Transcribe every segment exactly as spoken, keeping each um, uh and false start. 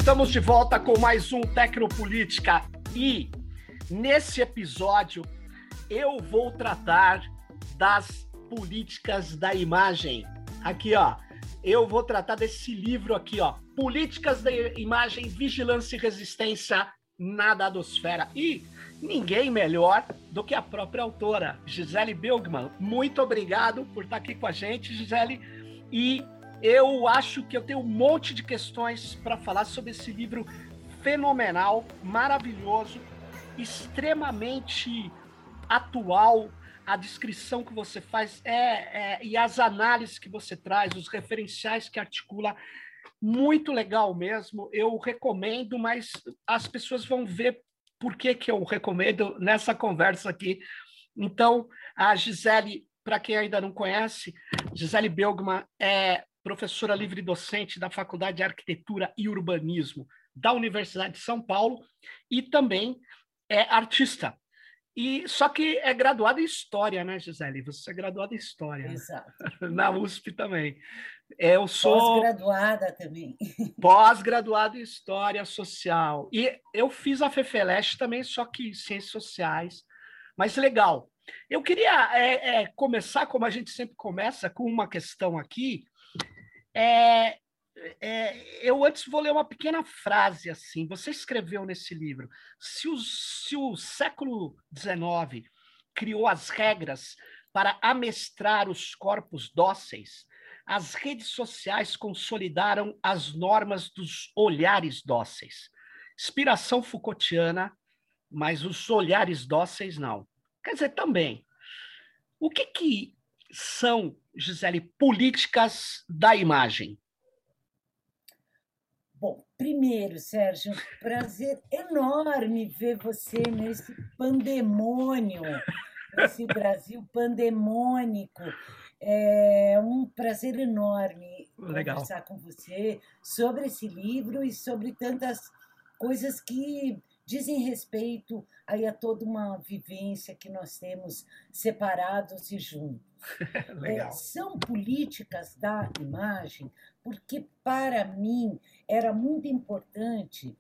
Estamos de volta com mais um Tecnopolítica e nesse episódio eu vou tratar das políticas da imagem. Aqui, ó, eu vou tratar desse livro aqui, ó, Políticas da Imagem, Vigilância e Resistência na Dadosfera. E ninguém melhor do que a própria autora, Gisele Bürgmann. Muito obrigado por estar aqui com a gente, Gisele. E eu acho que eu tenho um monte de questões para falar sobre esse livro fenomenal, maravilhoso, extremamente atual. A descrição que você faz é, é, e as análises que você traz, os referenciais que articula, muito legal mesmo. Eu recomendo, mas as pessoas vão ver por que, que eu recomendo nessa conversa aqui. Então, a Gisele, para quem ainda não conhece, Gisele Bürgmann é professora livre-docente da Faculdade de Arquitetura e Urbanismo da Universidade de São Paulo e também é artista. E, só que é graduada em História, né, Gisele? Você é graduada em História. Exato. Na U S P também. Eu sou... Pós-graduada também. Pós-graduada em História Social. E eu fiz a FEFELESH também, só que Ciências Sociais. Mas legal. Eu queria é, é, começar, como a gente sempre começa, com uma questão aqui. É, é, eu antes vou ler uma pequena frase assim. Você escreveu nesse livro: se o, se o século dezenove criou as regras para amestrar os corpos dóceis, as redes sociais consolidaram as normas dos olhares dóceis. Inspiração Foucaultiana, mas os olhares dóceis não. Quer dizer, também. O que que são, Gisele, políticas da imagem? Bom, primeiro, Sérgio, prazer enorme ver você nesse pandemônio, nesse Brasil pandemônico. É um prazer enorme Legal. Conversar com você sobre esse livro e sobre tantas coisas que dizem respeito aí a toda uma vivência que nós temos separados e juntos. Legal. É, são políticas da imagem, porque para mim era muito importante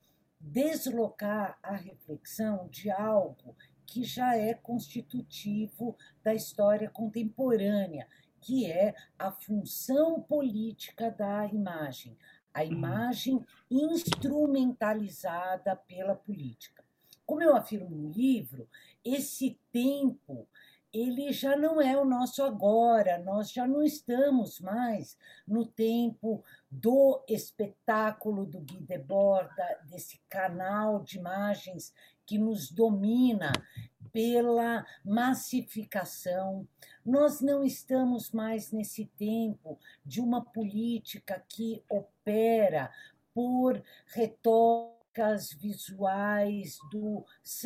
deslocar a reflexão de algo que já é constitutivo da história contemporânea, que é a função política da imagem, a imagem instrumentalizada pela política. Como eu afirmo no livro, esse tempo ele já não é o nosso agora, nós já não estamos mais no tempo do espetáculo do Guy Debord, desse canal de imagens que nos domina pela massificação. Nós não estamos mais nesse tempo de uma política que opera por retóricas visuais do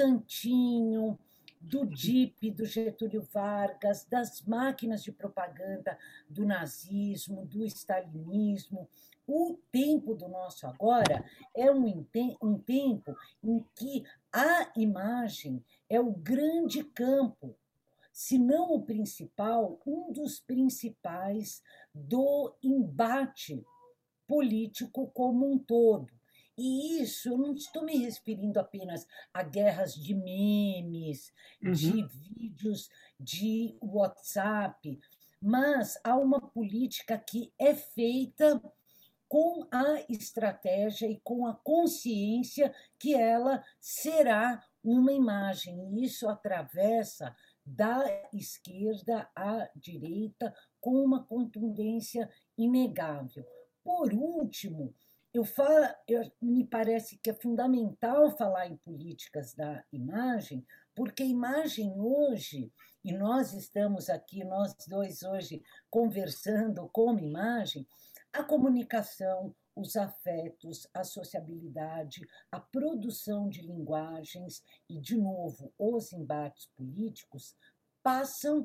santinho, do D I P, do Getúlio Vargas, das máquinas de propaganda do nazismo, do stalinismo. O tempo do nosso agora é um, um tempo em que a imagem é o grande campo, se não o principal, um dos principais do embate político como um todo. E isso, eu não estou me referindo apenas a guerras de memes, uhum. de vídeos de WhatsApp, mas há uma política que é feita com a estratégia e com a consciência que ela será uma imagem. E isso atravessa da esquerda à direita com uma contundência inegável. Por último, Eu falo, eu, me parece que é fundamental falar em políticas da imagem, porque a imagem hoje, e nós estamos aqui, nós dois hoje, conversando como imagem, a comunicação, os afetos, a sociabilidade, a produção de linguagens e, de novo, os embates políticos passam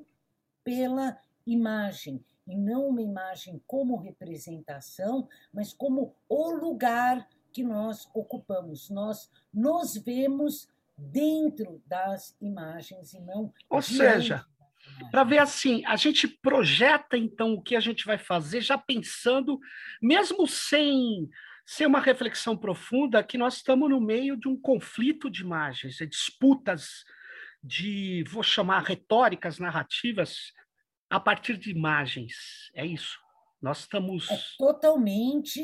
pela imagem, e não uma imagem como representação, mas como o lugar que nós ocupamos. Nós nos vemos dentro das imagens e não... Ou seja, para ver assim, a gente projeta, então, o que a gente vai fazer, já pensando, mesmo sem, sem uma reflexão profunda, que nós estamos no meio de um conflito de imagens, de disputas de, vou chamar, retóricas, narrativas, a partir de imagens. É isso. Nós É estamos... totalmente,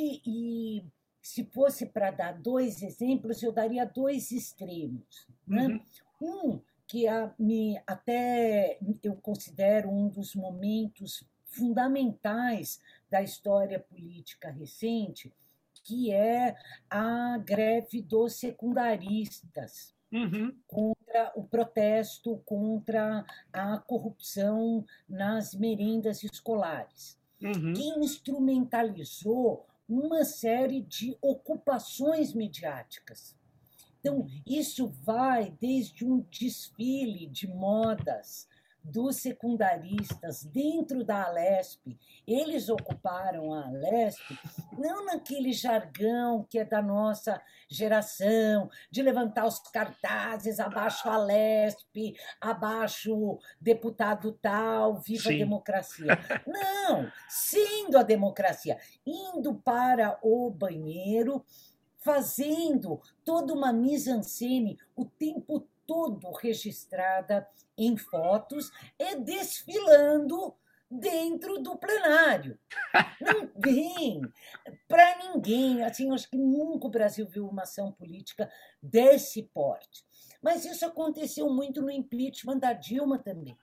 e se fosse para dar dois exemplos, eu daria dois extremos, né? Uhum, Um que a, me, até eu considero um dos momentos fundamentais da história política recente, que é a greve dos secundaristas, uhum, contra o protesto contra a corrupção nas merendas escolares, que uhum. instrumentalizou uma série de ocupações mediáticas. Então, isso vai desde um desfile de modas dos secundaristas dentro da Alesp. Eles ocuparam a Alesp não naquele jargão que é da nossa geração, de levantar os cartazes, abaixo a Alesp, abaixo deputado tal, viva a Sim. democracia. Não, sendo a democracia, indo para o banheiro, fazendo toda uma mise-en-scène o tempo todo registrada em fotos e desfilando dentro do plenário. Não tem para ninguém. Assim, acho que nunca o Brasil viu uma ação política desse porte. Mas isso aconteceu muito no impeachment da Dilma também,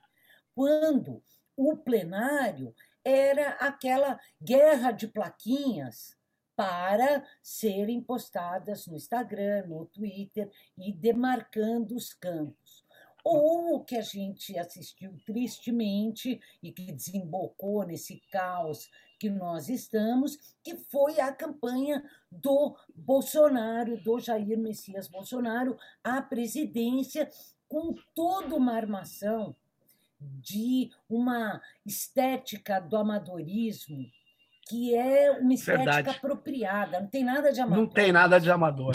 quando o plenário era aquela guerra de plaquinhas para serem postadas no Instagram, no Twitter, e demarcando os campos. Ou o que a gente assistiu tristemente e que desembocou nesse caos que nós estamos, que foi a campanha do Bolsonaro, do Jair Messias Bolsonaro, à presidência, com toda uma armação de uma estética do amadorismo, que é uma estética Verdade. apropriada, não tem nada de Não tem amador nada de nisso. amador.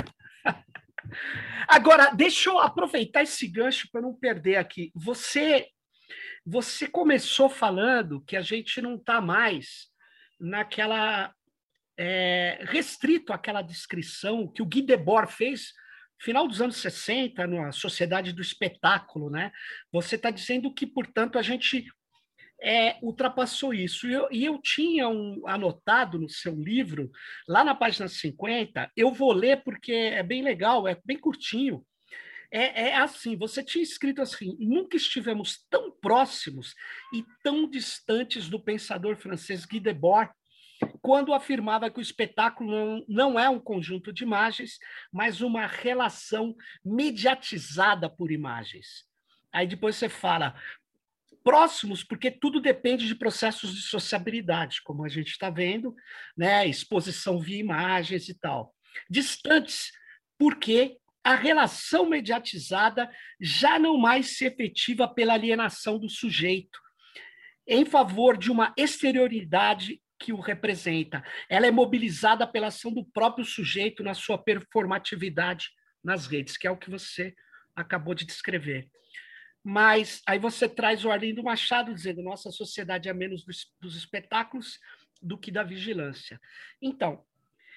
Agora, deixa eu aproveitar esse gancho para não perder aqui. Você, você começou falando que a gente não está mais naquela é, restrito àquela descrição que o Guy Debord fez no final dos anos sessenta, na Sociedade do Espetáculo, né? Você está dizendo que, portanto, a gente é, ultrapassou isso. E eu, e eu tinha um, anotado no seu livro, lá na página cinquenta, eu vou ler porque é bem legal, é bem curtinho. É, é assim, você tinha escrito assim: nunca estivemos tão próximos e tão distantes do pensador francês Guy Debord, quando afirmava que o espetáculo não, não é um conjunto de imagens, mas uma relação mediatizada por imagens. Aí depois você fala, próximos, porque tudo depende de processos de sociabilidade, como a gente está vendo, né? Exposição via imagens e tal. Distantes, porque a relação mediatizada já não mais se efetiva pela alienação do sujeito, em favor de uma exterioridade que o representa. Ela é mobilizada pela ação do próprio sujeito na sua performatividade nas redes, que é o que você acabou de descrever. Mas aí você traz o Arlindo Machado dizendo: nossa sociedade é menos dos, dos espetáculos do que da vigilância. Então,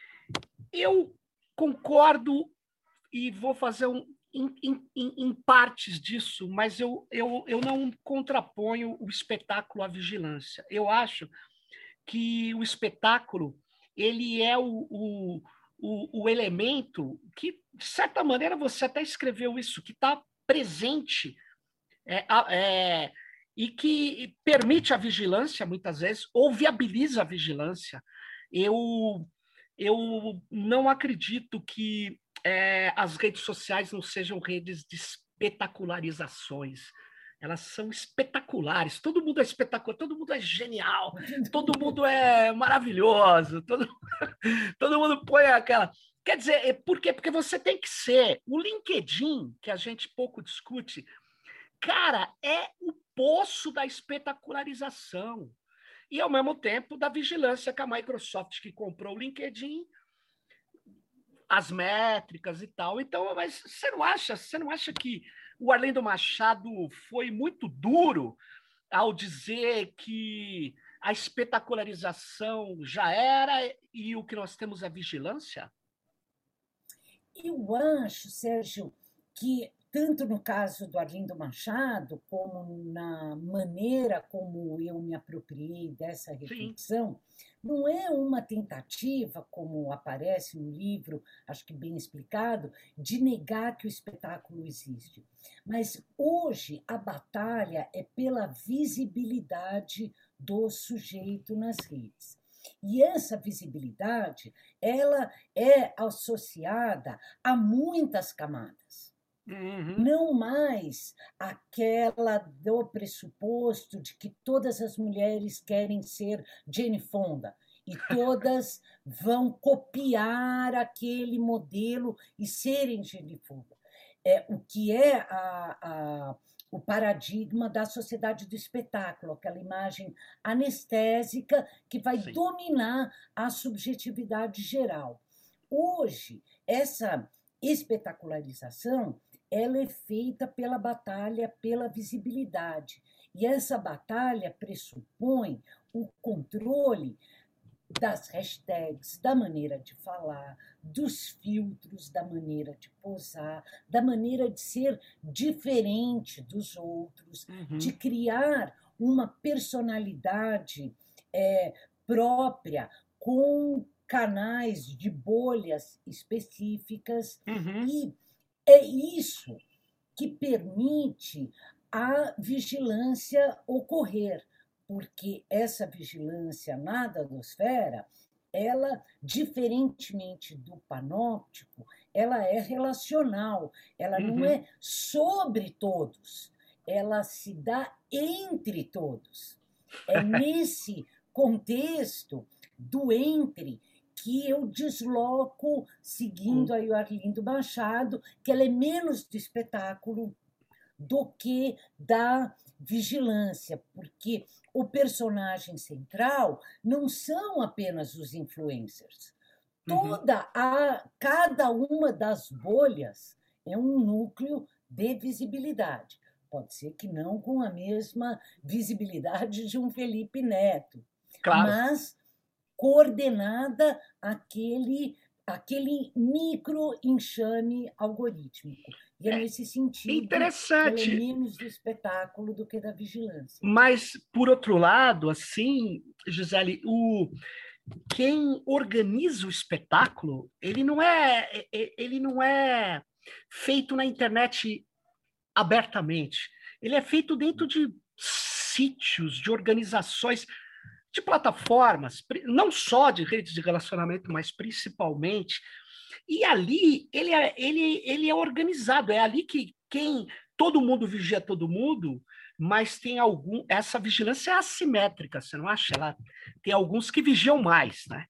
eu concordo e vou fazer um, em, em, em partes disso, mas eu, eu, eu não contraponho o espetáculo à vigilância. Eu acho que o espetáculo ele é o, o, o, o elemento que, de certa maneira, você até escreveu isso, que está presente é, é, e que permite a vigilância, muitas vezes, ou viabiliza a vigilância. Eu, eu não acredito que é, as redes sociais não sejam redes de espetacularizações. Elas são espetaculares. Todo mundo é espetacular, todo mundo é genial, todo mundo é maravilhoso, todo, todo mundo põe aquela. Quer dizer, por quê? Porque você tem que ser. O LinkedIn, que a gente pouco discute, cara, é o poço da espetacularização. E, ao mesmo tempo, da vigilância que a Microsoft, que comprou o LinkedIn, as métricas e tal. Então, mas você não acha, você não acha que o Arlindo Machado foi muito duro ao dizer que a espetacularização já era e o que nós temos é vigilância? Eu acho, Sérgio, que tanto no caso do Arlindo Machado, como na maneira como eu me apropriei dessa reflexão, Sim. não é uma tentativa, como aparece no livro, acho que bem explicado, de negar que o espetáculo existe. Mas hoje a batalha é pela visibilidade do sujeito nas redes. E essa visibilidade, ela é associada a muitas camadas. Uhum. Não mais aquela do pressuposto de que todas as mulheres querem ser Jane Fonda e todas vão copiar aquele modelo e serem Jane Fonda. É, o que é a, a, o paradigma da sociedade do espetáculo, aquela imagem anestésica que vai Sim. dominar a subjetividade geral. Hoje, essa espetacularização ela é feita pela batalha pela visibilidade. E essa batalha pressupõe o controle das hashtags, da maneira de falar, dos filtros, da maneira de posar, da maneira de ser diferente dos outros, uhum. de criar uma personalidade é, própria com canais de bolhas específicas uhum. e é isso que permite a vigilância ocorrer, porque essa vigilância na dadosfera, ela, diferentemente do panóptico, ela é relacional, ela uhum. não é sobre todos, ela se dá entre todos. É nesse contexto do entre que eu desloco, seguindo aí o Arlindo Machado, que ela é menos do espetáculo do que da vigilância, porque o personagem central não são apenas os influencers. Toda a, cada uma das bolhas é um núcleo de visibilidade. Pode ser que não com a mesma visibilidade de um Felipe Neto, claro. Mas coordenada aquele, aquele micro enxame algorítmico. E é, é nesse sentido interessante. que ela é menos do espetáculo do que da vigilância. Mas, por outro lado, assim, Gisele, o, quem organiza o espetáculo, ele não é, ele não é feito na internet abertamente. Ele é feito dentro de sítios, de organizações, de plataformas, não só de redes de relacionamento, mas principalmente. E ali ele é, ele, ele é organizado, é ali que quem todo mundo vigia todo mundo, mas tem algum. Essa vigilância é assimétrica, você não acha? Ela, tem alguns que vigiam mais, né?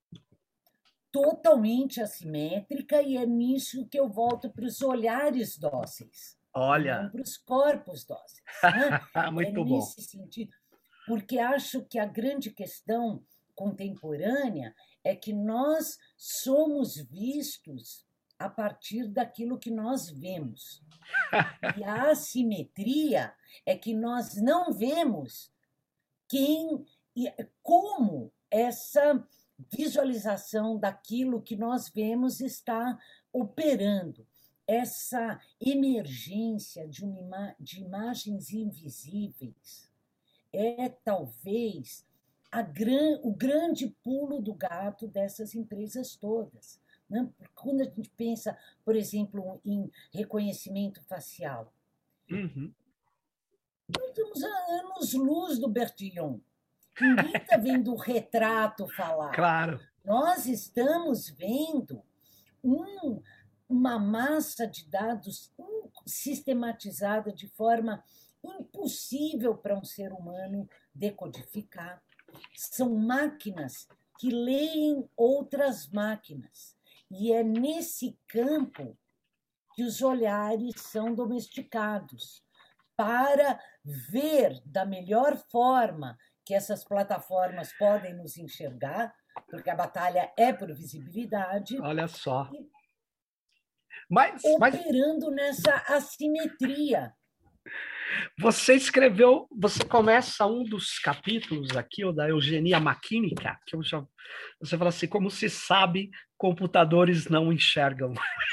Totalmente assimétrica, e é nisso que eu volto para os olhares dóceis. Olha. Não para os corpos dóceis. Né? Muito é bom. Nesse sentido. Porque acho que a grande questão contemporânea é que nós somos vistos a partir daquilo que nós vemos. E a assimetria é que nós não vemos quem, como essa visualização daquilo que nós vemos está operando. Essa emergência de, uma ima- de imagens invisíveis é talvez a gran, o grande pulo do gato dessas empresas todas. Né? Quando a gente pensa, por exemplo, em reconhecimento facial, uhum. nós estamos a anos-luz do Bertillon. Ninguém está vendo o retrato falar. Claro. Nós estamos vendo um, uma massa de dados sistematizada de forma impossível para um ser humano decodificar. São máquinas que leem outras máquinas. E é nesse campo que os olhares são domesticados para ver da melhor forma que essas plataformas podem nos enxergar, porque a batalha é por visibilidade. Olha só. Mas, operando mas... nessa assimetria. Você escreveu, você começa um dos capítulos aqui, o da eugenia maquínica, que eu já, você fala assim, como se sabe, computadores não enxergam.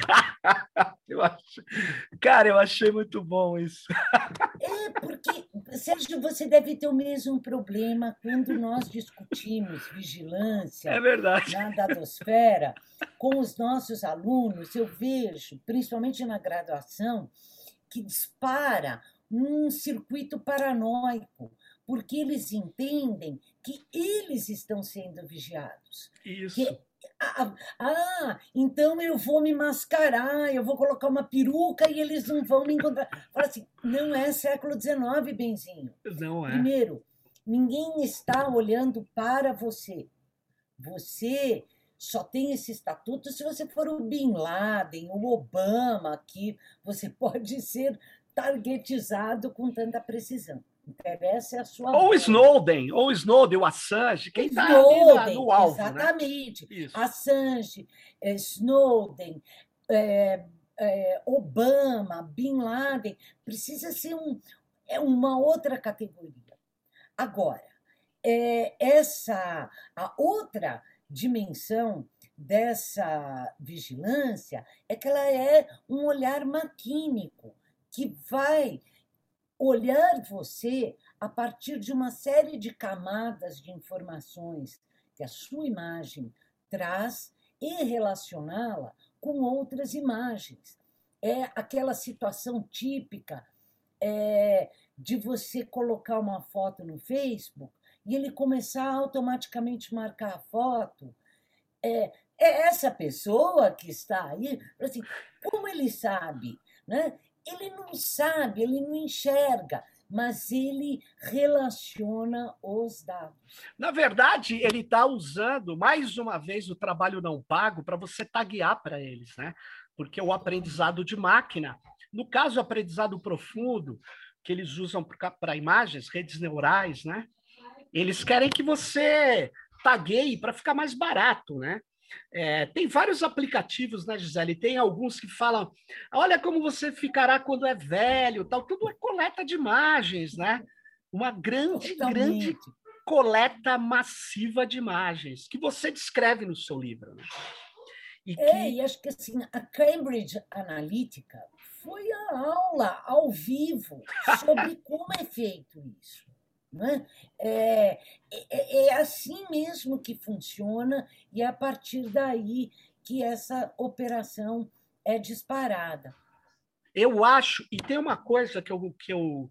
Eu acho, cara, eu achei muito bom isso. É, porque, Sérgio, você deve ter o mesmo problema quando nós discutimos É vigilância verdade. na dadosfera com os nossos alunos. Eu vejo, principalmente na graduação, que dispara um circuito paranoico, porque eles entendem que eles estão sendo vigiados. Isso. Que, ah, ah, então eu vou me mascarar, eu vou colocar uma peruca e eles não vão me encontrar. Fala assim, não é século dezenove, benzinho. Não é. Primeiro, ninguém está olhando para você. Você só tem esse estatuto se você for o Bin Laden, o Obama, que você pode ser targetizado com tanta precisão. Interessa é a sua Ou voz. Snowden, ou Snowden, o Assange, O quem está ali na- Snowden, no alvo, né? exatamente. Isso. Assange, eh, Snowden, eh, eh, Obama, Bin Laden, precisa ser um, é uma outra categoria. Agora, é, essa a outra dimensão dessa vigilância é que ela é um olhar maquínico que vai olhar você a partir de uma série de camadas de informações que a sua imagem traz e relacioná-la com outras imagens. É aquela situação típica é, de você colocar uma foto no Facebook e ele começar a automaticamente marcar a foto. É, é essa pessoa que está aí, assim, como ele sabe, né? Ele não sabe, ele não enxerga, mas ele relaciona os dados. Na verdade, ele está usando, mais uma vez, o trabalho não pago para você taguear para eles, né? Porque o aprendizado de máquina, no caso, o aprendizado profundo, que eles usam para imagens, redes neurais, né? Eles querem que você tagueie para ficar mais barato, né? É, tem vários aplicativos, né, Gisele? Tem alguns que falam, olha como você ficará quando é velho, tal. Tudo é coleta de imagens, né? Uma grande, grande Totalmente. coleta massiva de imagens que você descreve no seu livro, né? E É, que e acho que assim, a Cambridge Analytica foi a aula ao vivo sobre como é feito isso. Não é? É, é, é assim mesmo que funciona, e é a partir daí que essa operação é disparada. eu acho, e tem uma coisa que eu, que eu,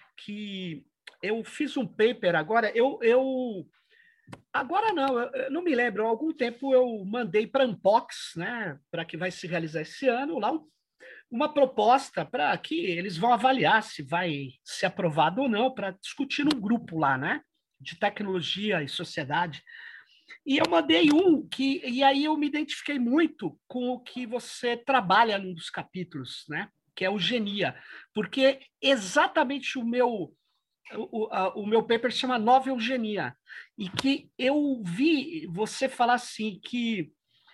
que eu fiz um paper agora, eu, eu agora não, eu não me lembro. Há algum tempo eu mandei para a Ampox, né, para que vai se realizar esse ano, lá uma proposta para que eles vão avaliar se vai ser aprovado ou não, para discutir num grupo lá, né, de tecnologia e sociedade. E eu mandei um que, e aí eu me identifiquei muito com o que você trabalha num dos capítulos, né, que é eugenia, porque exatamente o meu o, a, o meu paper se chama Nova Eugenia, e que eu vi você falar assim que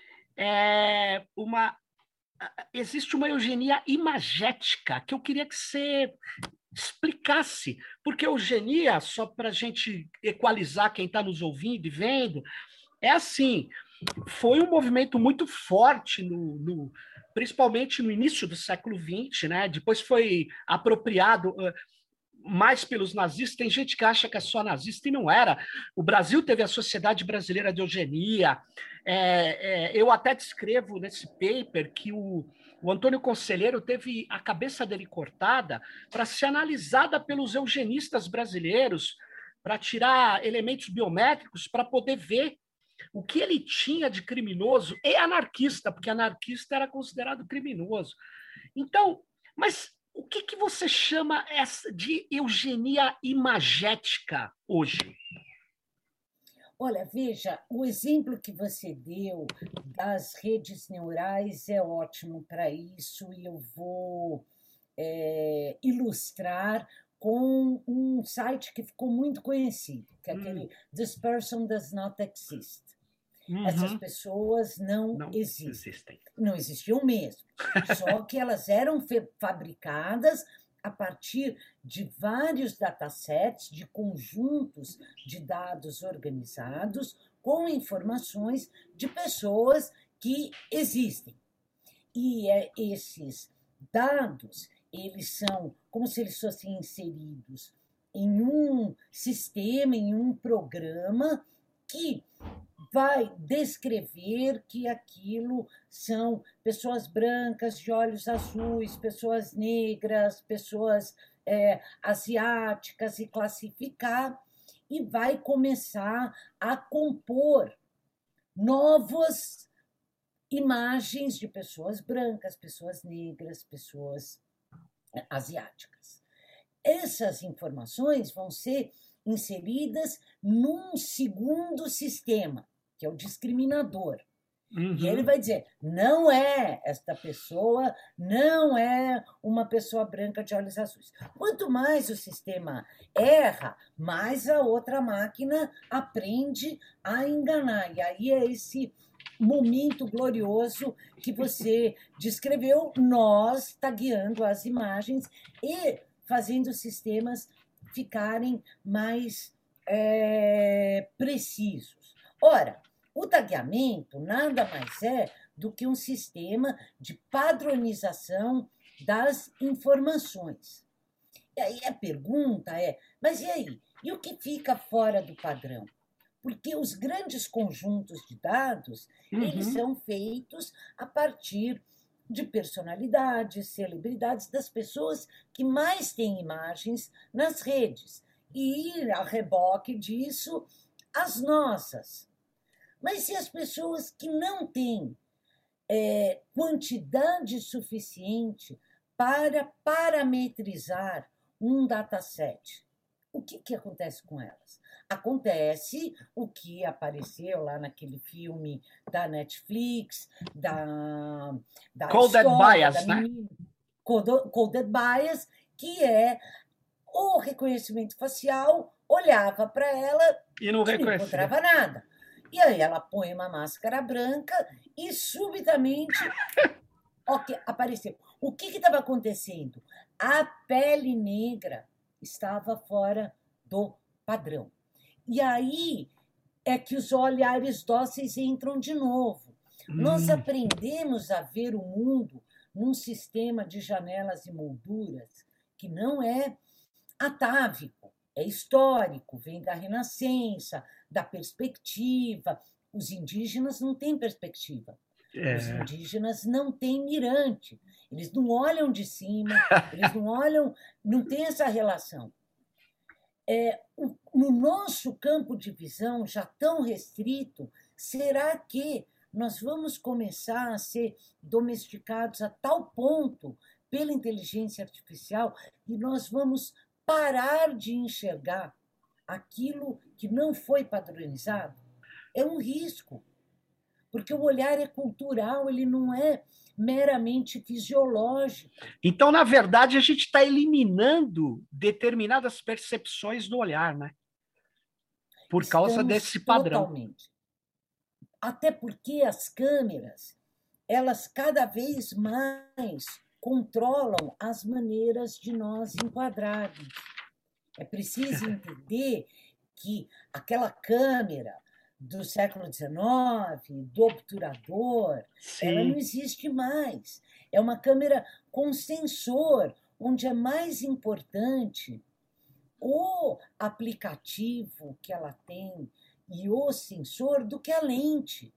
é uma existe uma eugenia imagética que eu queria que você explicasse, porque eugenia, só para a gente equalizar quem está nos ouvindo e vendo, é assim, foi um movimento muito forte no, no principalmente no início do século vinte, né? Depois foi apropriado mais pelos nazistas. Tem gente que acha que é só nazista e não era. O Brasil teve a Sociedade Brasileira de Eugenia. É, é, eu até descrevo nesse paper que o, o Antônio Conselheiro teve a cabeça dele cortada para ser analisada pelos eugenistas brasileiros, para tirar elementos biométricos, para poder ver o que ele tinha de criminoso e anarquista, porque anarquista era considerado criminoso. Então, mas o que, que você chama essa de eugenia imagética hoje? Olha, veja, o exemplo que você deu das redes neurais é ótimo para isso, e eu vou é, ilustrar com um site que ficou muito conhecido, que é aquele hum. This Person Does Not Exist. Uhum. Essas pessoas não, não existem. existem. Não existiam mesmo. Só que elas eram fabricadas a partir de vários datasets, de conjuntos de dados organizados com informações de pessoas que existem. E é, esses dados, eles são como se eles fossem inseridos em um sistema, em um programa que vai descrever que aquilo são pessoas brancas de olhos azuis, pessoas negras, pessoas é, asiáticas, e classificar, e vai começar a compor novas imagens de pessoas brancas, pessoas negras, pessoas asiáticas. Essas informações vão ser inseridas num segundo sistema, que é o discriminador. Uhum. E ele vai dizer, não é esta pessoa, não é uma pessoa branca de olhos azuis. Quanto mais o sistema erra, mais a outra máquina aprende a enganar. E aí é esse momento glorioso que você descreveu, nós tagueando as imagens e fazendo os sistemas ficarem mais é, precisos. Ora, o tagueamento nada mais é do que um sistema de padronização das informações. E aí a pergunta é, mas e aí? E o que fica fora do padrão? Porque os grandes conjuntos de dados, uhum. eles são feitos a partir de personalidades, celebridades, das pessoas que mais têm imagens nas redes. E, a reboque disso, as nossas. Mas e as pessoas que não têm é, quantidade suficiente para parametrizar um dataset? O que, que acontece com elas? Acontece o que apareceu lá naquele filme da Netflix, da, da Coded história, Bias, da né? menina, Coded Bias, que é o reconhecimento facial, olhava para ela e não, e não encontrava nada. E aí ela põe uma máscara branca e subitamente okay, apareceu. O que estava acontecendo? A pele negra estava fora do padrão. E aí é que os olhares dóceis entram de novo. Hum. Nós aprendemos a ver o mundo num sistema de janelas e molduras que não é atávico, é histórico, vem da Renascença, da perspectiva. Os indígenas não têm perspectiva. É. Os indígenas não têm mirante. Eles não olham de cima, eles não olham, não tem essa relação. É, no nosso campo de visão, já tão restrito, será que nós vamos começar a ser domesticados a tal ponto pela inteligência artificial e nós vamos parar de enxergar aquilo que não foi padronizado? É um risco, porque o olhar é cultural, ele não é meramente fisiológico. Então, na verdade, a gente está eliminando determinadas percepções do olhar, né? Por causa Estamos desse padrão. Totalmente. Até porque as câmeras, elas cada vez mais controlam as maneiras de nós enquadrarmos. É preciso entender que aquela câmera do século dezenove, do obturador, Sim. ela não existe mais. É uma câmera com sensor, onde é mais importante o aplicativo que ela tem e o sensor do que a lente.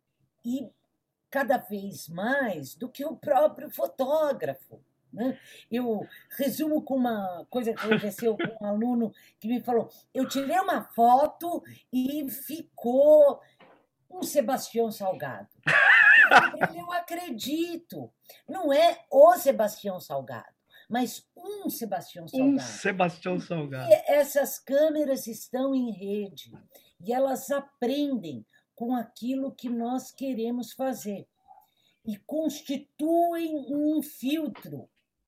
E cada vez mais do que o próprio fotógrafo. Né? Eu resumo com uma coisa que aconteceu com um aluno que me falou, eu tirei uma foto e ficou um Sebastião Salgado. Eu acredito, não é o Sebastião Salgado, mas um Sebastião Salgado. Um Sebastião Salgado. E essas câmeras estão em rede e elas aprendem com aquilo que nós queremos fazer e constituem um filtro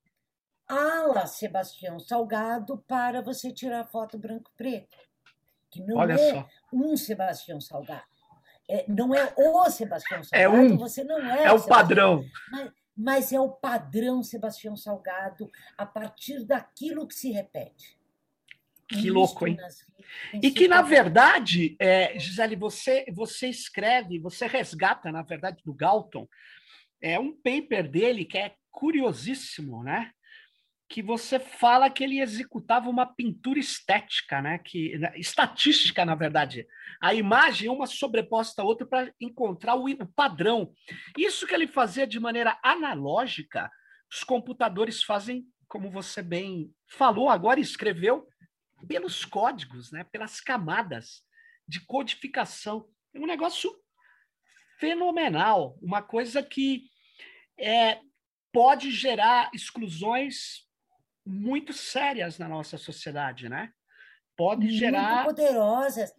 à la Sebastião Salgado para você tirar foto branco e preto, que não Olha é só. um Sebastião Salgado, é, não é o Sebastião Salgado, é um, você não é É o, o padrão. Mas, mas é o padrão Sebastião Salgado a partir daquilo que se repete. Que E louco, isto hein? nas redes tem E sido que, na cada vez- verdade, é, Gisele, você, você escreve, você resgata, na verdade, do Galton, é um paper dele que é curiosíssimo, né? Que você fala que ele executava uma pintura estética, né? Que, estatística, na verdade. A imagem, uma sobreposta à outra, para encontrar o, o padrão. Isso que ele fazia de maneira analógica, os computadores fazem, como você bem falou agora e escreveu, pelos códigos, né? Pelas camadas de codificação. É um negócio fenomenal, uma coisa que é, pode gerar exclusões muito sérias na nossa sociedade, né? Pode muito gerar. poderosas,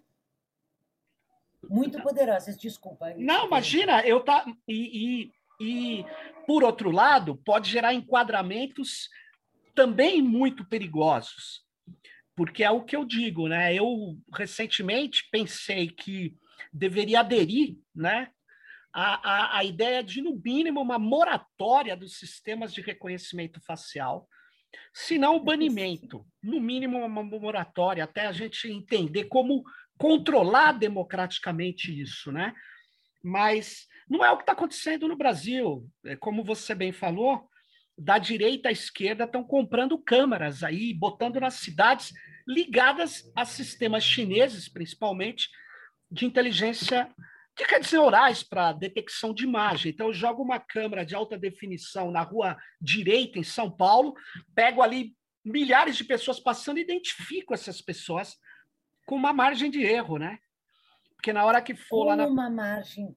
muito poderosas, desculpa. Não, imagina, eu tá e, e, e por outro lado, pode gerar enquadramentos também muito perigosos, porque é o que eu digo, né? Eu recentemente pensei que deveria aderir, né? A, a, a ideia de, no mínimo, uma moratória dos sistemas de reconhecimento facial, se não o banimento, no mínimo uma moratória, até a gente entender como controlar democraticamente isso, né? Mas não é o que está acontecendo no Brasil. Como você bem falou, da direita à esquerda estão comprando câmaras aí, botando nas cidades ligadas a sistemas chineses, principalmente, de inteligência, que quer dizer orais, para detecção de imagem. Então, eu jogo uma câmera de alta definição na rua direita, em São Paulo, pego ali milhares de pessoas passando e identifico essas pessoas com uma margem de erro, né? Porque na hora que for com lá na... uma margem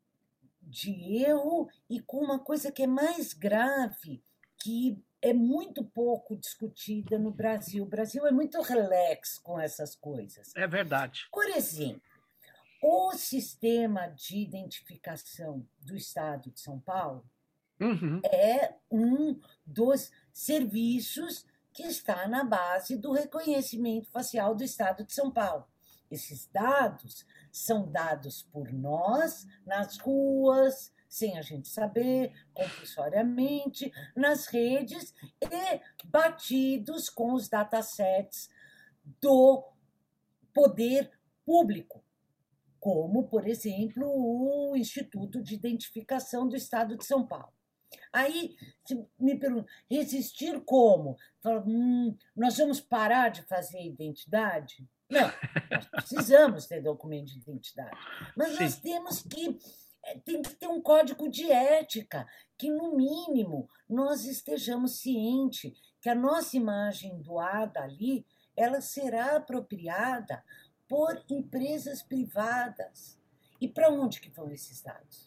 de erro e com uma coisa que é mais grave, que é muito pouco discutida no Brasil. O Brasil é muito relax com essas coisas. É verdade. Por exemplo, o sistema de identificação do Estado de São Paulo Uhum. é um dos serviços que está na base do reconhecimento facial do Estado de São Paulo. Esses dados são dados por nós nas ruas, sem a gente saber, compulsoriamente, nas redes e batidos com os datasets do poder público, como, por exemplo, o Instituto de Identificação do Estado de São Paulo. Aí se me perguntam, resistir como? Falo, hum, nós vamos parar de fazer identidade? Não, nós precisamos ter documento de identidade, mas Sim. nós temos que tem que ter um código de ética, que, no mínimo, nós estejamos cientes que a nossa imagem doada ali, ela será apropriada por empresas privadas. E para onde que vão esses dados?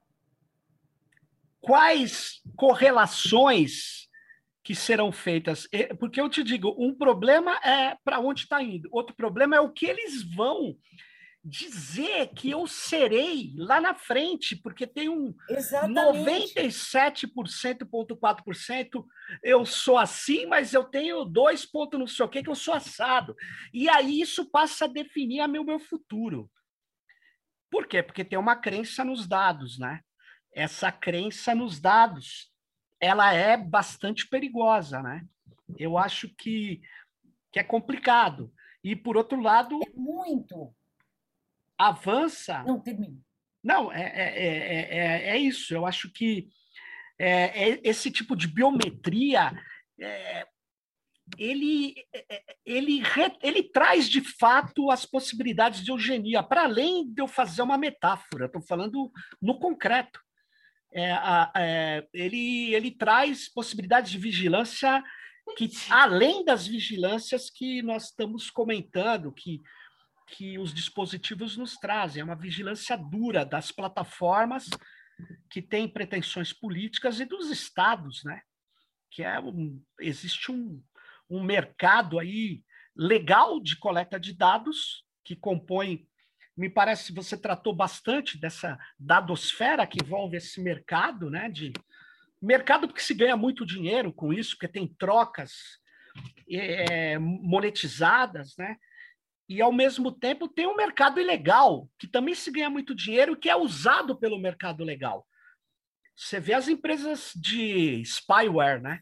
Quais correlações que serão feitas? Porque eu te digo, um problema é para onde está indo, outro problema é o que eles vão dizer que eu serei lá na frente, porque tem um Exatamente. noventa e sete vírgula quatro por cento eu sou assim, mas eu tenho dois pontos não sei o que que eu sou assado. E aí isso passa a definir o meu, meu futuro. Por quê? Porque tem uma crença nos dados, né? Essa crença nos dados, ela é bastante perigosa, né? Eu acho que, que é complicado. E, por outro lado... É muito. Avança... Não, termina. Não, é, é, é, é, é isso. Eu acho que é, é esse tipo de biometria... É, ele, ele, ele traz, de fato, as possibilidades de eugenia, para além de eu fazer uma metáfora, estou falando no concreto. É, é, ele, ele traz possibilidades de vigilância que, além das vigilâncias que nós estamos comentando, que, que os dispositivos nos trazem, é uma vigilância dura das plataformas que têm pretensões políticas e dos estados, né? Que é um, existe um, um mercado aí legal de coleta de dados que compõe, me parece que você tratou bastante dessa dadosfera que envolve esse mercado, né? De mercado porque se ganha muito dinheiro com isso, porque tem trocas é, monetizadas, né? E ao mesmo tempo tem um mercado ilegal que também se ganha muito dinheiro, que é usado pelo mercado legal. Você vê as empresas de spyware, né?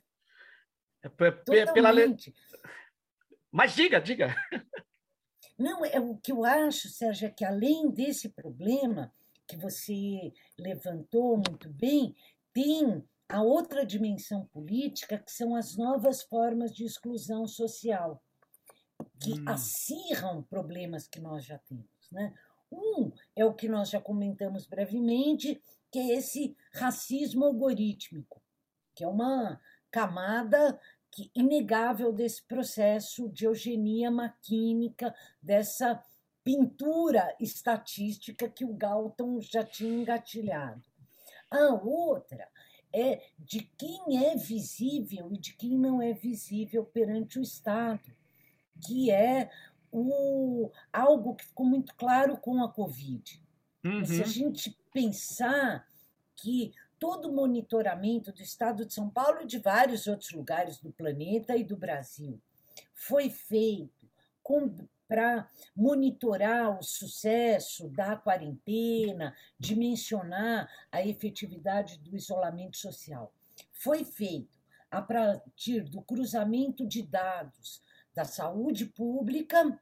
Pela... Totalmente. Mas diga, diga. Não, é o que eu acho, Sérgio, é que além desse problema que você levantou muito bem, tem a outra dimensão política, que são as novas formas de exclusão social, que hum. acirram problemas que nós já temos, né? Um é o que nós já comentamos brevemente, que é esse racismo algorítmico, que é uma camada que, inegável desse processo de eugenia maquínica, dessa pintura estatística que o Galton já tinha engatilhado. A outra é de quem é visível e de quem não é visível perante o Estado, que é o, algo que ficou muito claro com a Covid. Uhum. Se a gente pensar que todo o monitoramento do Estado de São Paulo e de vários outros lugares do planeta e do Brasil foi feito para monitorar o sucesso da quarentena, dimensionar a efetividade do isolamento social. Foi feito a partir do cruzamento de dados da saúde pública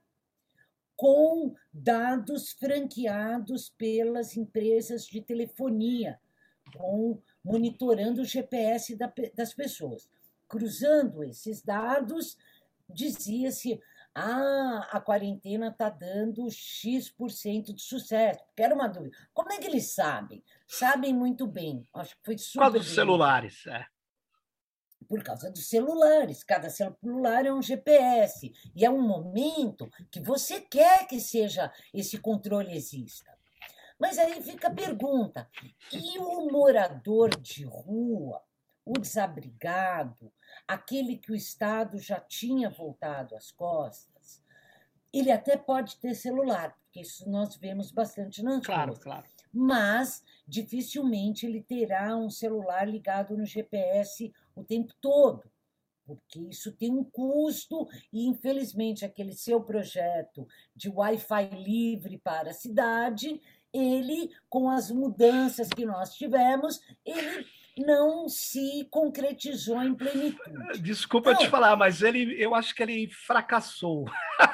com dados franqueados pelas empresas de telefonia, com, monitorando o G P S da, das pessoas. Cruzando esses dados, dizia-se, ah, a quarentena está dando X% de sucesso. Que era uma dúvida. Como é que eles sabem? Sabem muito bem. Acho que foi super. Por causa dos celulares, é. Por causa dos celulares. Cada celular é um G P S. E é um momento que você quer que seja esse controle exista. Mas aí fica a pergunta, e o morador de rua, o desabrigado, aquele que o Estado já tinha voltado as costas, ele até pode ter celular, porque isso nós vemos bastante nas claro, ruas. Claro. Mas dificilmente ele terá um celular ligado no G P S o tempo todo, porque isso tem um custo e, infelizmente, aquele seu projeto de Wi-Fi livre para a cidade, ele, com as mudanças que nós tivemos, ele não se concretizou em plenitude. Desculpa então, te falar, mas ele, eu acho que ele fracassou.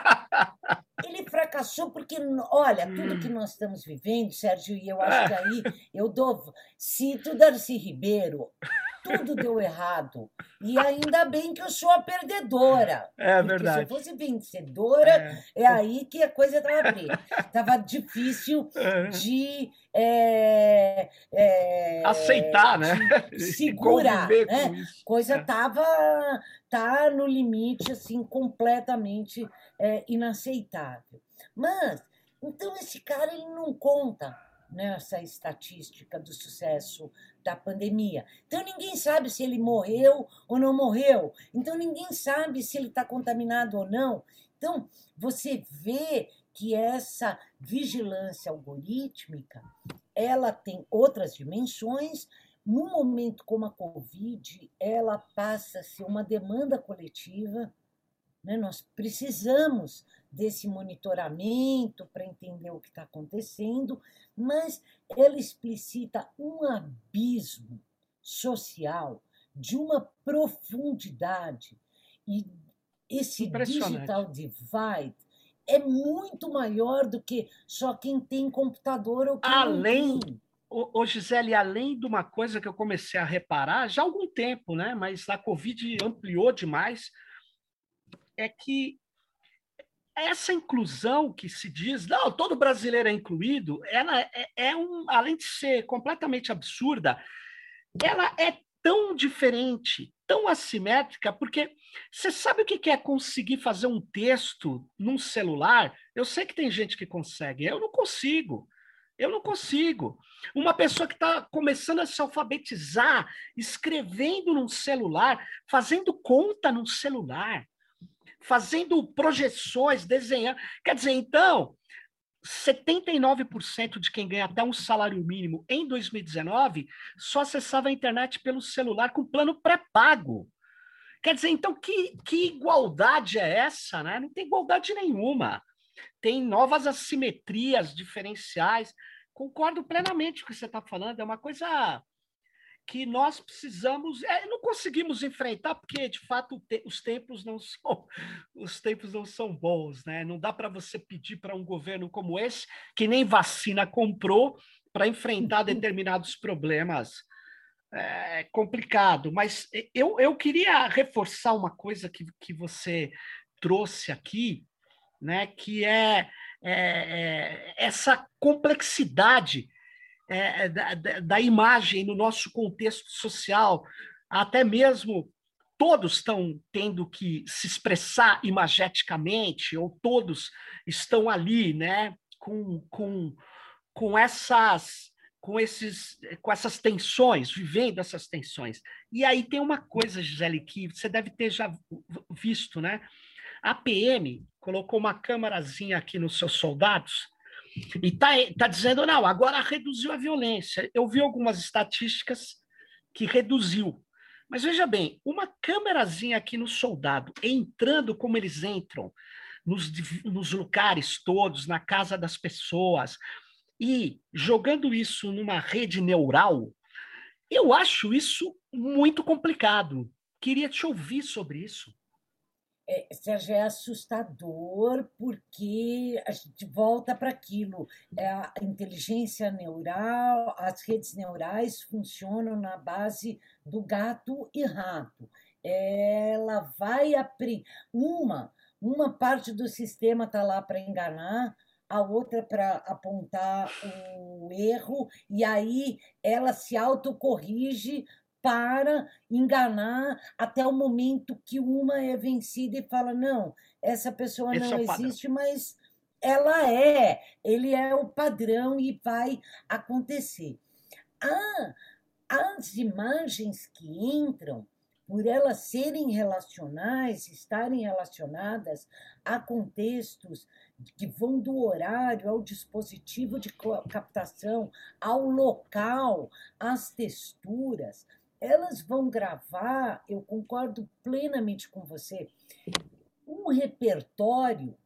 Ele fracassou porque, olha, tudo que nós estamos vivendo, Sérgio, e eu acho que aí eu dou... Cito Darcy Ribeiro, tudo deu errado. E ainda bem que eu sou a perdedora. É porque verdade. Se eu fosse vencedora, é, é aí que a coisa estava preta. Estava difícil de... É, é, aceitar, né? De segurar. Né? Com isso. Coisa estava é. tá no limite, assim, completamente é, inaceitável. Mas, então, esse cara ele não conta nessa estatística do sucesso da pandemia. Então, ninguém sabe se ele morreu ou não morreu. Então, ninguém sabe se ele está contaminado ou não. Então, você vê que essa vigilância algorítmica, ela tem outras dimensões. Num momento como a Covid, ela passa a ser uma demanda coletiva. Né? Nós precisamos desse monitoramento para entender o que está acontecendo, mas ela explicita um abismo social de uma profundidade. E esse digital divide é muito maior do que só quem tem computador ou quem Além... não tem. Ô, Gisele, além de uma coisa que eu comecei a reparar já há algum tempo, né? Mas a Covid ampliou demais, é que essa inclusão que se diz, não, todo brasileiro é incluído, ela é, é um, além de ser completamente absurda, ela é tão diferente, tão assimétrica, porque você sabe o que é conseguir fazer um texto num celular? Eu sei que tem gente que consegue, eu não consigo. Eu não consigo. Uma pessoa que está começando a se alfabetizar, escrevendo num celular, fazendo conta num celular, fazendo projeções, desenhando. Quer dizer, então, setenta e nove por cento de quem ganha até um salário mínimo em dois mil e dezenove só acessava a internet pelo celular com plano pré-pago. Quer dizer, então, que, que igualdade é essa? Né? Não tem igualdade nenhuma. Tem novas assimetrias diferenciais. Concordo plenamente com o que você está falando. É uma coisa que nós precisamos, é, não conseguimos enfrentar, porque, de fato, te, os tempos não são os tempos não são bons, né? Não dá para você pedir para um governo como esse, que nem vacina comprou, para enfrentar determinados problemas. É complicado, mas eu, eu queria reforçar uma coisa que, que você trouxe aqui, né? Que é, é, é essa complexidade é, da, da imagem no nosso contexto social, até mesmo todos estão tendo que se expressar imageticamente, ou todos estão ali, né, com, com, com essas com esses com essas tensões, vivendo essas tensões. E aí tem uma coisa, Gisele, que você deve ter já visto, né? A P M colocou uma câmarazinha aqui nos seus soldados e está tá dizendo, não, agora reduziu a violência. Eu vi algumas estatísticas que reduziu. Mas veja bem, uma câmerazinha aqui no soldado, entrando como eles entram, nos, nos lugares todos, na casa das pessoas, e jogando isso numa rede neural, eu acho isso muito complicado. Queria te ouvir sobre isso. É, Sérgio, é assustador porque a gente volta para aquilo. É a inteligência neural, as redes neurais funcionam na base do gato e rato. Ela vai aprender. Uma, uma parte do sistema está lá para enganar, a outra para apontar o erro, e aí ela se autocorrige para enganar até o momento que uma é vencida e fala: não, essa pessoa Esse é não o padrão. existe, mas ela é, ele é o padrão e vai acontecer. Ah, as imagens que entram, por elas serem relacionais, estarem relacionadas a contextos que vão do horário ao dispositivo de captação, ao local, às texturas, elas vão gravar, eu concordo plenamente com você, um repertório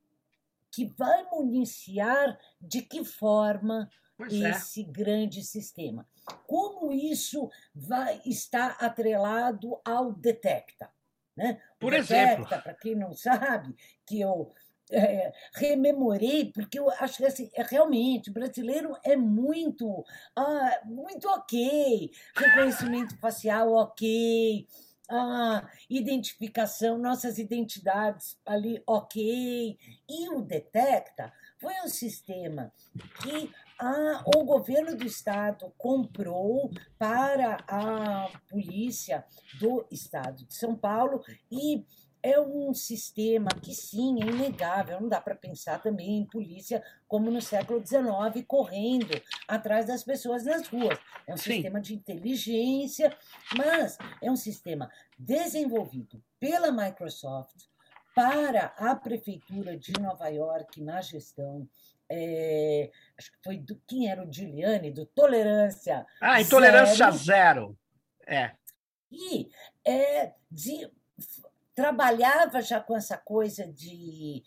que vai municiar de que forma Pois esse é. grande sistema. Como isso vai estar atrelado ao detecta, né? O Por exemplo, detecta, para quem não sabe, que eu é, rememorei, porque eu acho que assim, é, realmente o brasileiro é muito, ah, muito ok, reconhecimento facial ok, ah, identificação, nossas identidades ali ok, e o detecta foi um sistema que a, o governo do estado comprou para a polícia do estado de São Paulo e é um sistema que, sim, é inegável, não dá para pensar também em polícia como no século dezenove, correndo atrás das pessoas nas ruas. É um sim, sistema de inteligência, mas é um sistema desenvolvido pela Microsoft para a prefeitura de Nova York na gestão. É, acho que foi do quem era o Giuliani, do Tolerância ah, intolerância Zero. zero. É. E é, de, trabalhava já com essa coisa de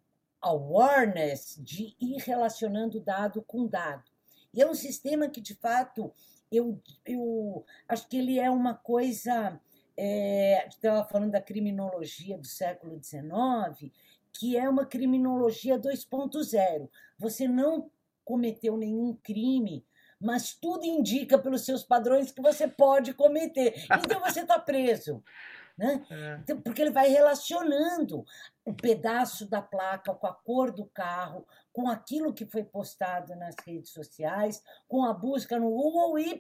awareness, de ir relacionando dado com dado. E é um sistema que, de fato, eu, eu acho que ele é uma coisa. É, a gente estava falando da criminologia do século dezenove, que é uma criminologia dois ponto zero. Você não cometeu nenhum crime, mas tudo indica pelos seus padrões que você pode cometer. Então você está preso. Né? É. Então, porque ele vai relacionando o pedaço da placa com a cor do carro, com aquilo que foi postado nas redes sociais, com a busca no Google e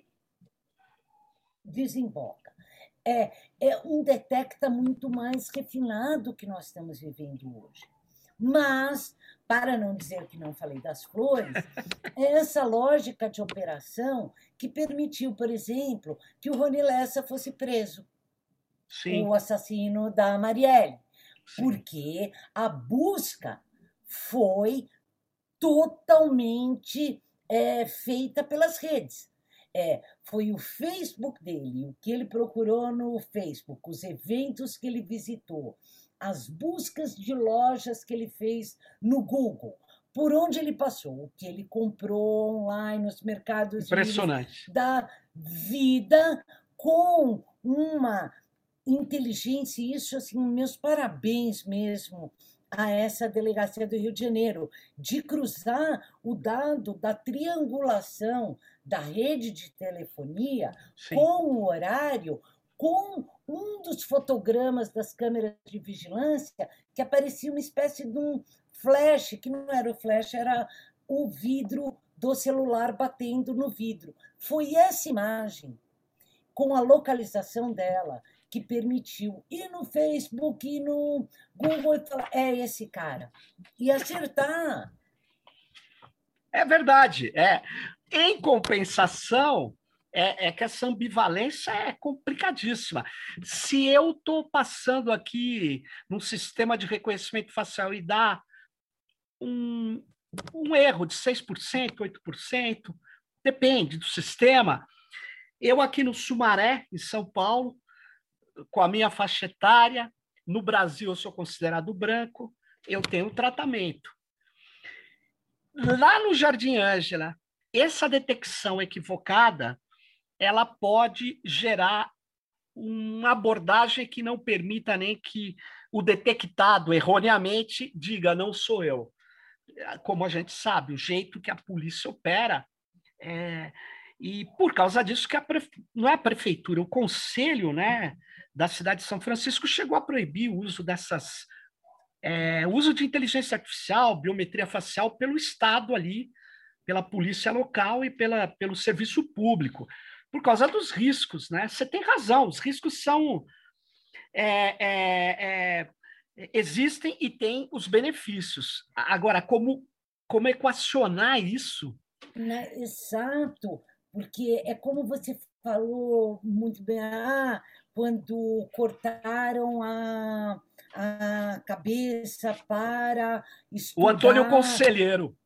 desemboca. É, é um detecta muito mais refinado que nós estamos vivendo hoje. Mas, para não dizer que não falei das flores, é essa lógica de operação que permitiu, por exemplo, que o Rony Lessa fosse preso. Sim. O assassino da Marielle, Sim. porque a busca foi totalmente é, feita pelas redes. É, foi o Facebook dele, o que ele procurou no Facebook, os eventos que ele visitou, as buscas de lojas que ele fez no Google, por onde ele passou, o que ele comprou online, nos mercados Impressionante. Da, vida com uma inteligência, e isso, assim, meus parabéns mesmo a essa delegacia do Rio de Janeiro, de cruzar o dado da triangulação da rede de telefonia Sim. com o horário, com um dos fotogramas das câmeras de vigilância, que aparecia uma espécie de um flash, que não era o flash, era o vidro do celular batendo no vidro. Foi essa imagem, com a localização dela, que permitiu ir no Facebook, ir no Google e falar, é esse cara. E acertar. É verdade. É. Em compensação, é, é que essa ambivalência é complicadíssima. Se eu estou passando aqui num sistema de reconhecimento facial e dá um, um erro de seis por cento, oito por cento, depende do sistema. Eu aqui no Sumaré, em São Paulo, com a minha faixa etária, no Brasil eu sou considerado branco, eu tenho tratamento. Lá no Jardim Ângela, essa detecção equivocada, ela pode gerar uma abordagem que não permita nem que o detectado erroneamente diga não sou eu. Como a gente sabe, o jeito que a polícia opera é... E por causa disso que a prefe... não é a prefeitura, o conselho, né, da cidade de São Francisco chegou a proibir o uso dessas é, o uso de inteligência artificial, biometria facial pelo Estado ali, pela polícia local e pela, pelo serviço público, por causa dos riscos, né? Você tem razão, os riscos são é, é, é, existem e têm os benefícios. Agora, como, como equacionar isso? Né? Exato, porque é como você falou muito bem, ah, quando cortaram a, a cabeça para O Antônio estudar Conselheiro.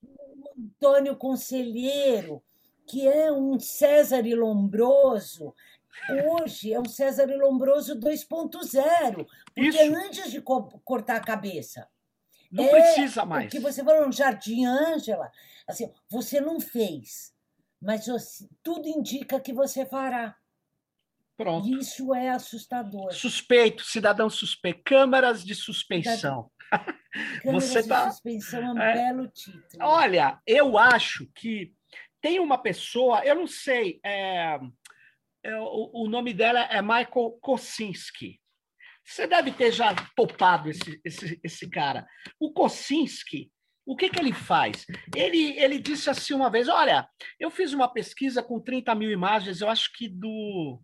Antônio Conselheiro, que é um César Lombroso, hoje é um César Lombroso dois ponto zero, porque Isso. antes de co cortar a cabeça, não é precisa o mais. que você falou no Jardim Ângela, assim, você não fez, mas você, tudo indica que você fará. Pronto. E isso é assustador. Suspeito, cidadão suspeito, câmaras de suspeição. Câmeras Você de tá, suspensão é um é, belo título. olha, eu acho que tem uma pessoa, eu não sei, é, é, o, o nome dela é Michael Kosinski. Você deve ter já topado esse, esse, esse cara. O Kosinski, o que, que ele faz? Ele, ele disse assim uma vez: olha, eu fiz uma pesquisa com trinta mil imagens, eu acho que do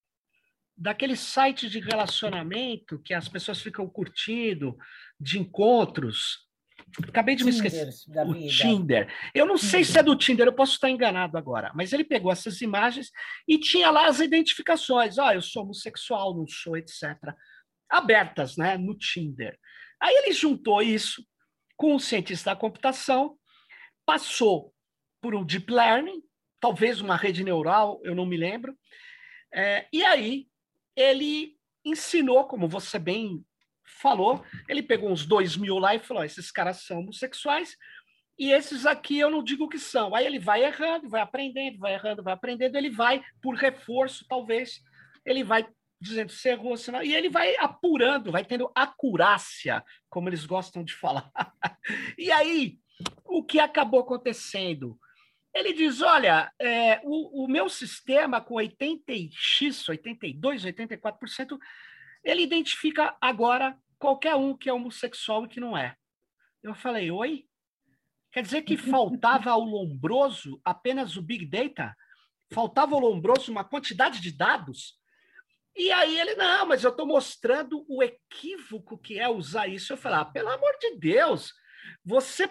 daquele site de relacionamento que as pessoas ficam curtindo, de encontros. Acabei de me esquecer. Da O vida. Tinder. Eu não Tinder. sei se é do Tinder, eu posso estar enganado agora, mas ele pegou essas imagens e tinha lá as identificações. Ó, oh, eu sou homossexual, não sou, etcétera. Abertas, né, no Tinder. Aí ele juntou isso com um cientista da computação, passou por um deep learning, talvez uma rede neural, eu não me lembro, é, e aí ele ensinou, como você bem falou, ele pegou uns dois mil lá e falou: esses caras são homossexuais e esses aqui eu não digo que são. Aí ele vai errando, vai aprendendo, vai errando, vai aprendendo, ele vai, por reforço, talvez, ele vai dizendo se errou, se não, e ele vai apurando, vai tendo acurácia, como eles gostam de falar. E aí, o que acabou acontecendo? Ele diz: olha, é, o, o meu sistema com oitenta x, oitenta e dois, oitenta e quatro por cento, ele identifica agora qualquer um que é homossexual e que não é. Eu falei: oi? Quer dizer que faltava ao Lombroso apenas o Big Data? Faltava ao Lombroso uma quantidade de dados? E aí ele: não, mas eu estou mostrando o equívoco que é usar isso. Eu falei: ah, pelo amor de Deus, você,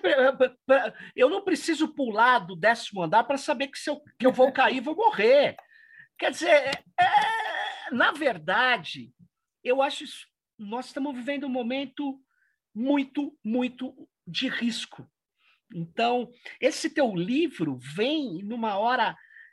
eu não preciso pular do décimo andar para saber que, se eu, que eu vou cair, vou morrer. Quer dizer, é, na verdade, eu acho que nós estamos vivendo um momento muito, muito de risco. Então, esse teu livro vem numa hora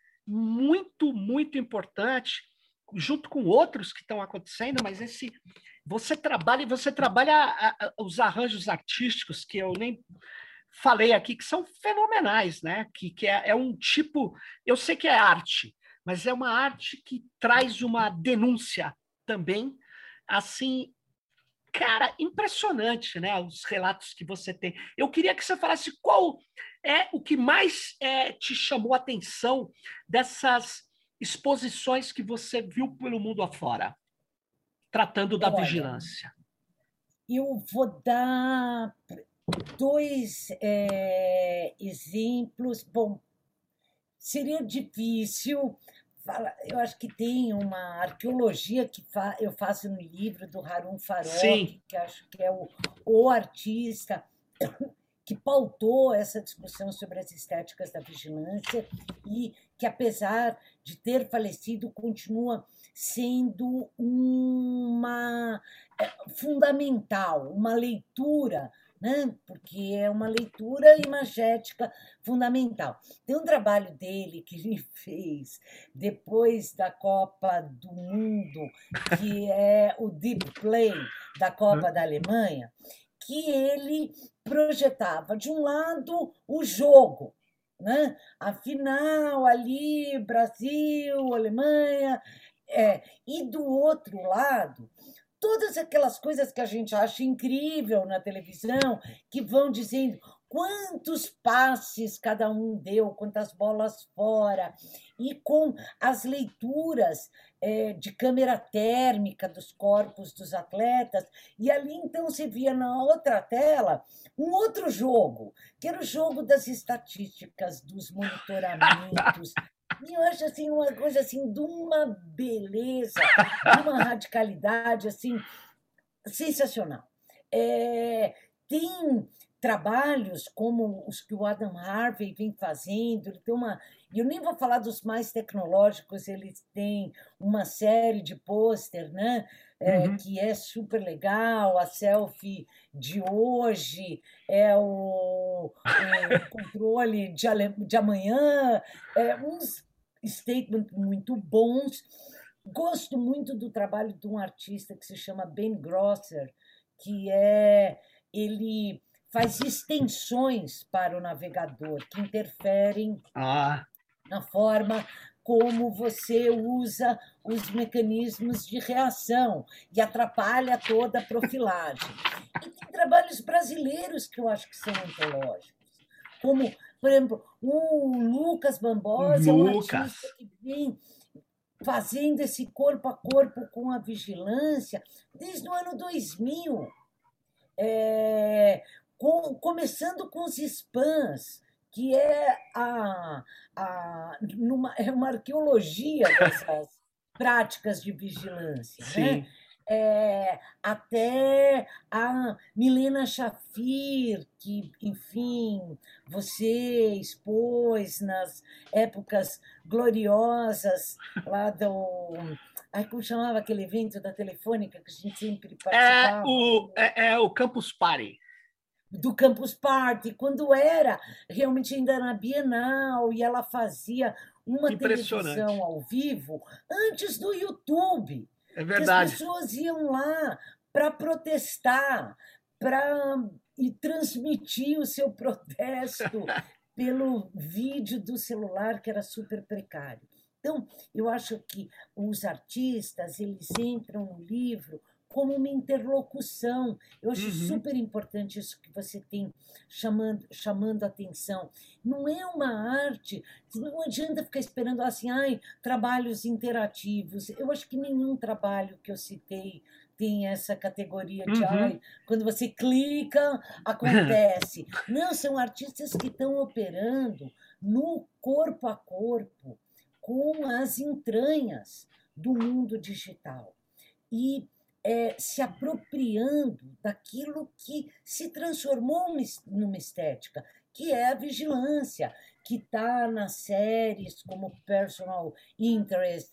muito, muito importante, junto com outros que estão acontecendo, mas esse você trabalha e você trabalha a, a, os arranjos artísticos que eu nem falei aqui, que são fenomenais, né? Que, que é, é um tipo, eu sei que é arte, mas é uma arte que traz uma denúncia também, assim, cara, impressionante, né? Os relatos que você tem. Eu queria que você falasse qual é o que mais é, te chamou a atenção dessas exposições que você viu pelo mundo afora, tratando da Olha, vigilância. eu vou dar dois é, exemplos. Bom, seria difícil falar. Eu acho que tem uma arqueologia que fa eu faço no livro do Harun Sim. Farok, que acho que é o, o artista que pautou essa discussão sobre as estéticas da vigilância e que, apesar de ter falecido, continua sendo uma é, fundamental, uma leitura, né? Porque é uma leitura imagética fundamental. Tem um trabalho dele que ele fez depois da Copa do Mundo, que é o Deep Play da Copa da Alemanha, que ele projetava, de um lado, o jogo, né? A final ali, Brasil, Alemanha, é, e do outro lado, todas aquelas coisas que a gente acha incrível na televisão, que vão dizendo quantos passes cada um deu, quantas bolas fora, e com as leituras é, de câmera térmica dos corpos dos atletas, e ali então você via na outra tela um outro jogo, que era o jogo das estatísticas, dos monitoramentos. E eu acho assim uma coisa assim de uma beleza, de uma radicalidade assim sensacional. É, tem trabalhos como os que o Adam Harvey vem fazendo, ele tem uma, eu nem vou falar dos mais tecnológicos, eles têm uma série de pôster, né, é, Uhum. que é super legal, a selfie de hoje, é o, o controle de, de amanhã, é, uns statements muito bons. Gosto muito do trabalho de um artista que se chama Ben Grosser, que é ele faz extensões para o navegador que interferem Ah. na forma como você usa os mecanismos de reação e atrapalha toda a profilagem. E tem trabalhos brasileiros que eu acho que são antológicos, como, por exemplo, o Lucas Bambosa é um Lucas. artista que vem fazendo esse corpo a corpo com a vigilância desde o ano dois mil, é, com, começando com os spams, que é, a, a, numa, é uma arqueologia dessas práticas de vigilância, né? Sim. É, até a Milena Shafir, que, enfim, você expôs nas épocas gloriosas lá do... Ai, como chamava aquele evento da Telefônica que a gente sempre É participava? o, é, é o Campus Party. Do Campus Party, quando era realmente ainda na Bienal, e ela fazia uma televisão ao vivo antes do YouTube. É Que as verdade. pessoas iam lá para protestar, para e transmitir o seu protesto pelo vídeo do celular, que era super precário. Então, eu acho que os artistas, eles entram no livro como uma interlocução. Eu acho Uhum. super importante isso que você tem chamando, chamando a atenção. Não é uma arte, não adianta ficar esperando assim, ai, trabalhos interativos. Eu acho que nenhum trabalho que eu citei tem essa categoria de, Uhum. ai, quando você clica, acontece. Não, são artistas que estão operando no corpo a corpo, com as entranhas do mundo digital. E é, se apropriando daquilo que se transformou numa estética, que é a vigilância, que está nas séries como Personal Interest,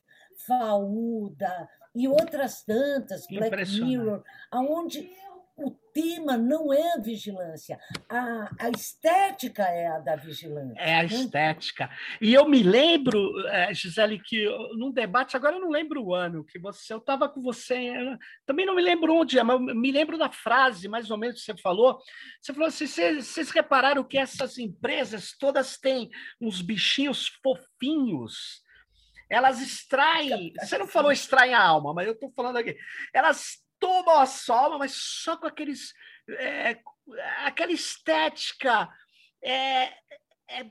Faúda e outras tantas, Black Mirror, onde o tema não é a vigilância, a, a estética é a da vigilância. É a estética. Né? E eu me lembro, Gisele, que num debate, agora eu não lembro o ano, que você, eu estava com você, também não me lembro onde é, mas me lembro da frase, mais ou menos, que você falou. Você falou assim, vocês, vocês repararam que essas empresas todas têm uns bichinhos fofinhos, elas extraem... Você não falou extraem a alma, mas eu estou falando aqui. Elas tomam a sua alma, mas só com aqueles... É, aquela estética é, é,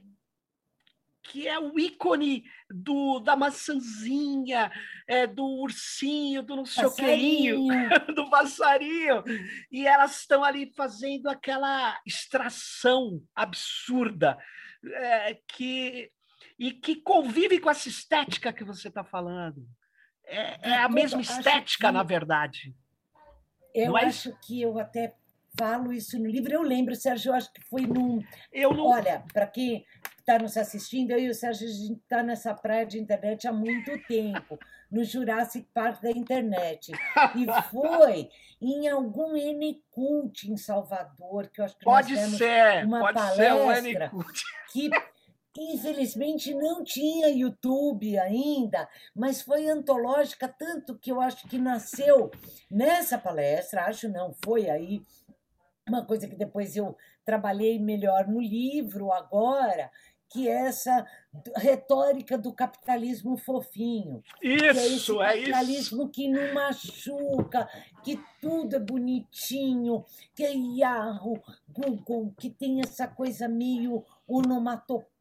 que é o ícone do, da maçãzinha, é, do ursinho, do não sei o queinho, do passarinho. E elas estão ali fazendo aquela extração absurda é, que, e que convive com essa estética que você está falando. É, é a mesma estética, que... na verdade. Eu não acho é que eu até falo isso no livro. Eu lembro, Sérgio, eu acho que foi num... Eu não... Olha, para quem está nos assistindo, eu e o Sérgio, a gente está nessa praia de internet há muito tempo, no Jurassic Park da internet. E foi em algum N-Cult em Salvador, que eu acho que pode nós temos ser, uma pode palestra ser um que... Infelizmente não tinha YouTube ainda, mas foi antológica, tanto que eu acho que nasceu nessa palestra, acho não, foi aí, uma coisa que depois eu trabalhei melhor no livro agora, que é essa retórica do capitalismo fofinho. Isso, que é esse é isso. Capitalismo que não machuca, que tudo é bonitinho, que é Yahoo, Google, que tem essa coisa meio onomatopeica,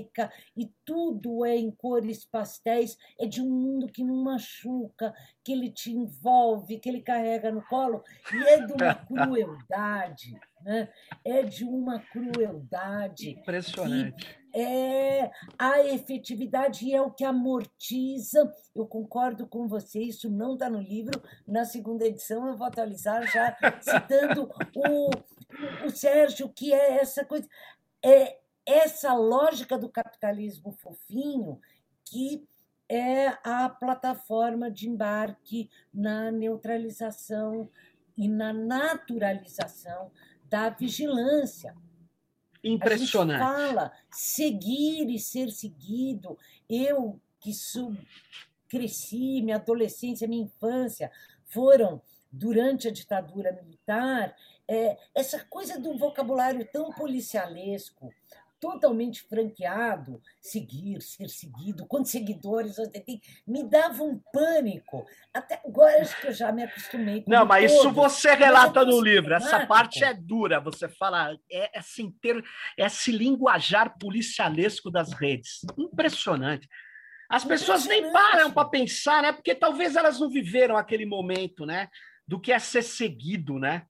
e tudo é em cores pastéis, é de um mundo que não machuca, que ele te envolve, que ele carrega no colo, e é de uma crueldade, né? É de uma crueldade. Impressionante. Que é a efetividade e é o que amortiza. Eu concordo com você, isso não está no livro, na segunda edição eu vou atualizar já, citando o, o Sérgio, que é essa coisa... É, essa lógica do capitalismo fofinho que é a plataforma de embarque na neutralização e na naturalização da vigilância. Impressionante. A gente fala seguir e ser seguido. Eu, que sou, cresci, minha adolescência, minha infância foram durante a ditadura militar, é, essa coisa de um vocabulário tão policialesco, totalmente franqueado, seguir, ser seguido, quantos seguidores você tem, me dava um pânico. Até agora acho que eu já me acostumei com Não, mas todos, isso você relata é no livro. Essa parte é dura. Você fala, é esse, inteiro, esse linguajar policialesco das redes. Impressionante. As pessoas nem param para pensar, né? Porque talvez elas não viveram aquele momento, né? Do que é ser seguido, né?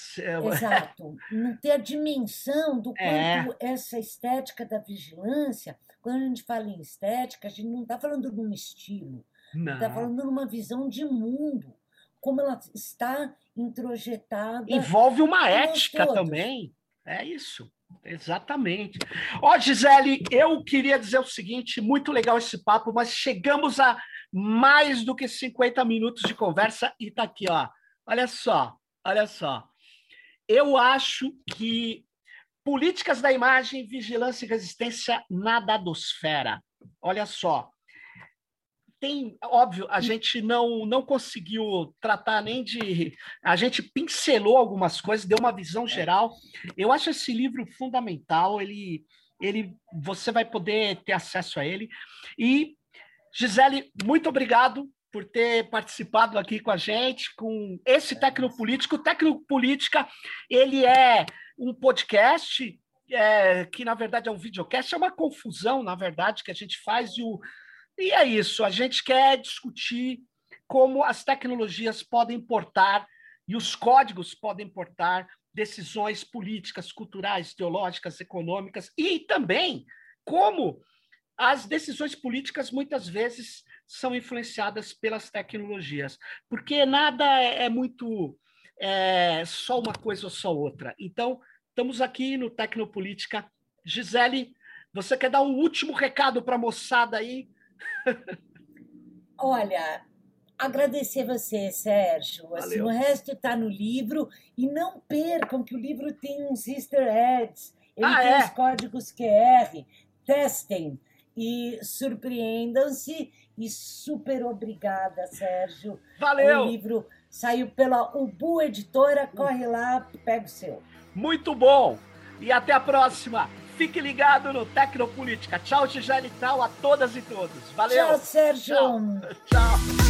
Exato. Não ter a dimensão do quanto É. essa estética da vigilância, quando a gente fala em estética, a gente não está falando de um estilo, está falando de uma visão de mundo, como ela está introjetada. Envolve uma ética também. É isso. Exatamente. Ó, Gisele, eu queria dizer o seguinte, muito legal esse papo, mas chegamos a mais do que cinquenta minutos de conversa e tá aqui, ó. Olha só, olha só. Eu acho que políticas da imagem, vigilância e resistência na dadosfera. Olha só. Tem, óbvio, a gente não, não conseguiu tratar nem de... A gente pincelou algumas coisas, deu uma visão geral. Eu acho esse livro fundamental, ele, ele, você vai poder ter acesso a ele. E, Gisele, muito obrigado por ter participado aqui com a gente, com esse Tecnopolítica. O Tecnopolítica, ele é um podcast é, que, na verdade, é um videocast, é uma confusão, na verdade, que a gente faz e o... E é isso, a gente quer discutir como as tecnologias podem portar e os códigos podem portar decisões políticas, culturais, teológicas, econômicas e também como as decisões políticas muitas vezes são influenciadas pelas tecnologias, porque nada é muito é, só uma coisa ou só outra. Então, estamos aqui no Tecnopolítica. Gisele, você quer dar um último recado para a moçada aí? Olha, agradecer você, Sérgio. Assim, o resto está no livro e não percam que o livro tem uns easter eggs, ele ah, tem é? os códigos Q R, testem e surpreendam-se. E super obrigada, Sérgio. Valeu! O livro saiu pela Ubu Editora, corre lá, pega o seu. Muito bom! E até a próxima! fique ligado no Tecnopolítica. Tchau, Gisele, tchau a todas e todos. Valeu. Tchau, Sérgio. Tchau. Tchau.